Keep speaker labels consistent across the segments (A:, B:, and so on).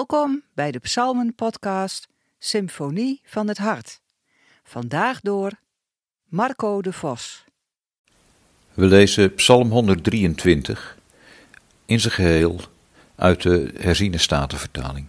A: Welkom bij de Psalmen-podcast Symfonie van het Hart. Vandaag door Marco de Vos.
B: We lezen Psalm 123 in zijn geheel uit de herziene statenvertaling.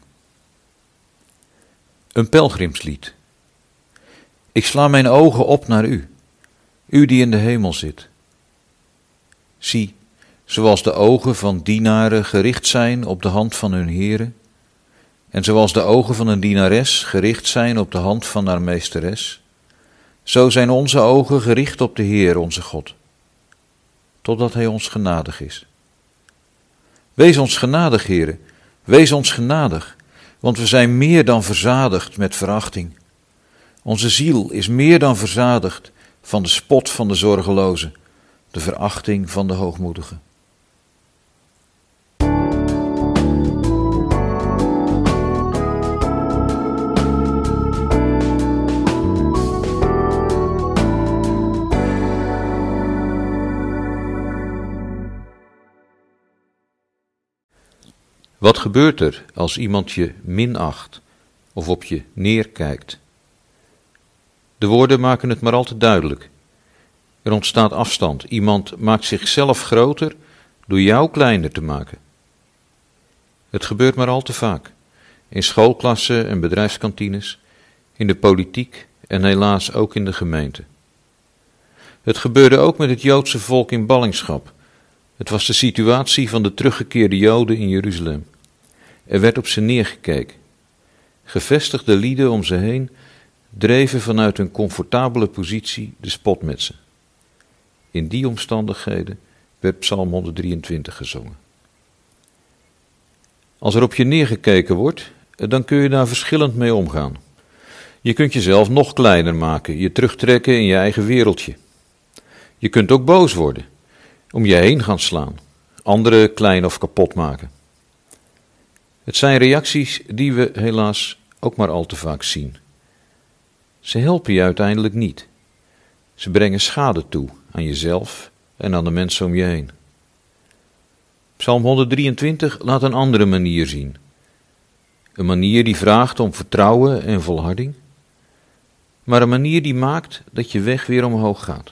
B: Een pelgrimslied. Ik sla mijn ogen op naar u, u die in de hemel zit. Zie, zoals de ogen van dienaren gericht zijn op de hand van hun heren, en zoals de ogen van een dienares gericht zijn op de hand van haar meesteres, zo zijn onze ogen gericht op de Heer, onze God, totdat Hij ons genadig is. Wees ons genadig, Heere, wees ons genadig, want we zijn meer dan verzadigd met verachting. Onze ziel is meer dan verzadigd van de spot van de zorgelozen, de verachting van de hoogmoedigen. Wat gebeurt er als iemand je minacht of op je neerkijkt? De woorden maken het maar al te duidelijk. Er ontstaat afstand. Iemand maakt zichzelf groter door jou kleiner te maken. Het gebeurt maar al te vaak. In schoolklassen en bedrijfskantines, in de politiek en helaas ook in de gemeente. Het gebeurde ook met het Joodse volk in ballingschap. Het was de situatie van de teruggekeerde Joden in Jeruzalem. Er werd op ze neergekeken. Gevestigde lieden om ze heen dreven vanuit hun comfortabele positie de spot met ze. In die omstandigheden werd Psalm 123 gezongen. Als er op je neergekeken wordt, dan kun je daar verschillend mee omgaan. Je kunt jezelf nog kleiner maken, je terugtrekken in je eigen wereldje. Je kunt ook boos worden, om je heen gaan slaan, anderen klein of kapot maken. Het zijn reacties die we helaas ook maar al te vaak zien. Ze helpen je uiteindelijk niet. Ze brengen schade toe aan jezelf en aan de mensen om je heen. Psalm 123 laat een andere manier zien. Een manier die vraagt om vertrouwen en volharding, maar een manier die maakt dat je weg weer omhoog gaat.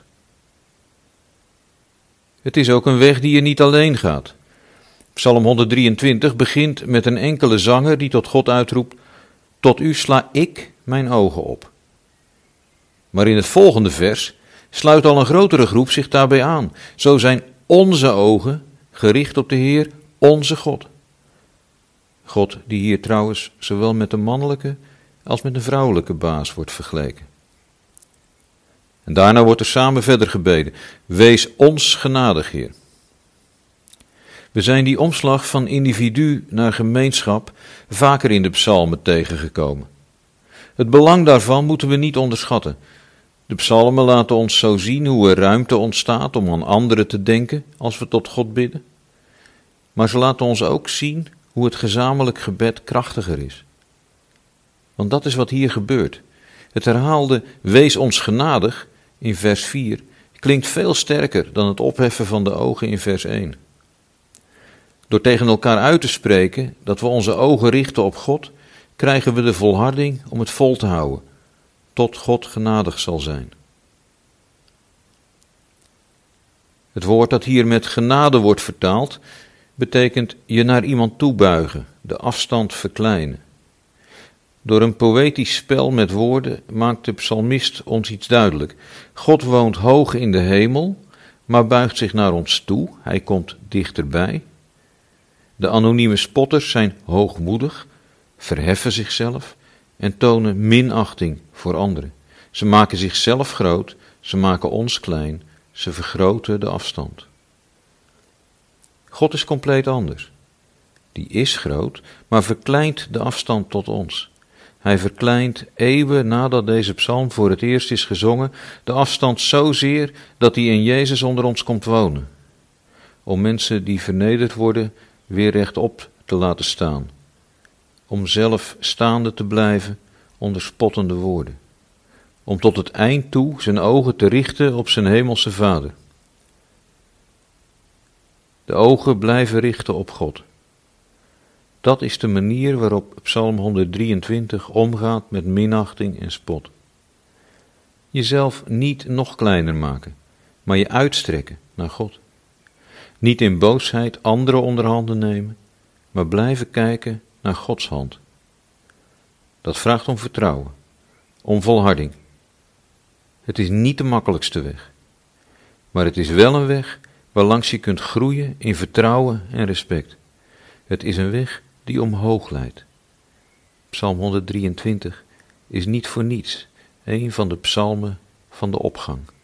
B: Het is ook een weg die je niet alleen gaat. Psalm 123 begint met een enkele zanger die tot God uitroept: tot u sla ik mijn ogen op. Maar in het volgende vers sluit al een grotere groep zich daarbij aan. Zo zijn onze ogen gericht op de Heer, onze God. God die hier trouwens zowel met een mannelijke als met een vrouwelijke baas wordt vergeleken. En daarna wordt er samen verder gebeden: wees ons genadig, Heer. We zijn die omslag van individu naar gemeenschap vaker in de psalmen tegengekomen. Het belang daarvan moeten we niet onderschatten. De psalmen laten ons zo zien hoe er ruimte ontstaat om aan anderen te denken als we tot God bidden. Maar ze laten ons ook zien hoe het gezamenlijk gebed krachtiger is. Want dat is wat hier gebeurt. Het herhaalde wees ons genadig in vers 4 klinkt veel sterker dan het opheffen van de ogen in vers 1. Door tegen elkaar uit te spreken dat we onze ogen richten op God, krijgen we de volharding om het vol te houden, tot God genadig zal zijn. Het woord dat hier met genade wordt vertaald, betekent je naar iemand toebuigen, de afstand verkleinen. Door een poëtisch spel met woorden maakt de psalmist ons iets duidelijk. God woont hoog in de hemel, maar buigt zich naar ons toe, hij komt dichterbij. De anonieme spotters zijn hoogmoedig, verheffen zichzelf en tonen minachting voor anderen. Ze maken zichzelf groot, ze maken ons klein, ze vergroten de afstand. God is compleet anders. Die is groot, maar verkleint de afstand tot ons. Hij verkleint eeuwen nadat deze psalm voor het eerst is gezongen, de afstand zozeer dat hij in Jezus onder ons komt wonen. Om mensen die vernederd worden weer rechtop te laten staan. Om zelf staande te blijven onder spottende woorden. Om tot het eind toe zijn ogen te richten op zijn hemelse Vader. De ogen blijven richten op God. Dat is de manier waarop Psalm 123 omgaat met minachting en spot. Jezelf niet nog kleiner maken, maar je uitstrekken naar God. Niet in boosheid anderen onder handen nemen, maar blijven kijken naar Gods hand. Dat vraagt om vertrouwen, om volharding. Het is niet de makkelijkste weg, maar het is wel een weg waarlangs je kunt groeien in vertrouwen en respect. Het is een weg die omhoog leidt. Psalm 123 is niet voor niets een van de psalmen van de opgang.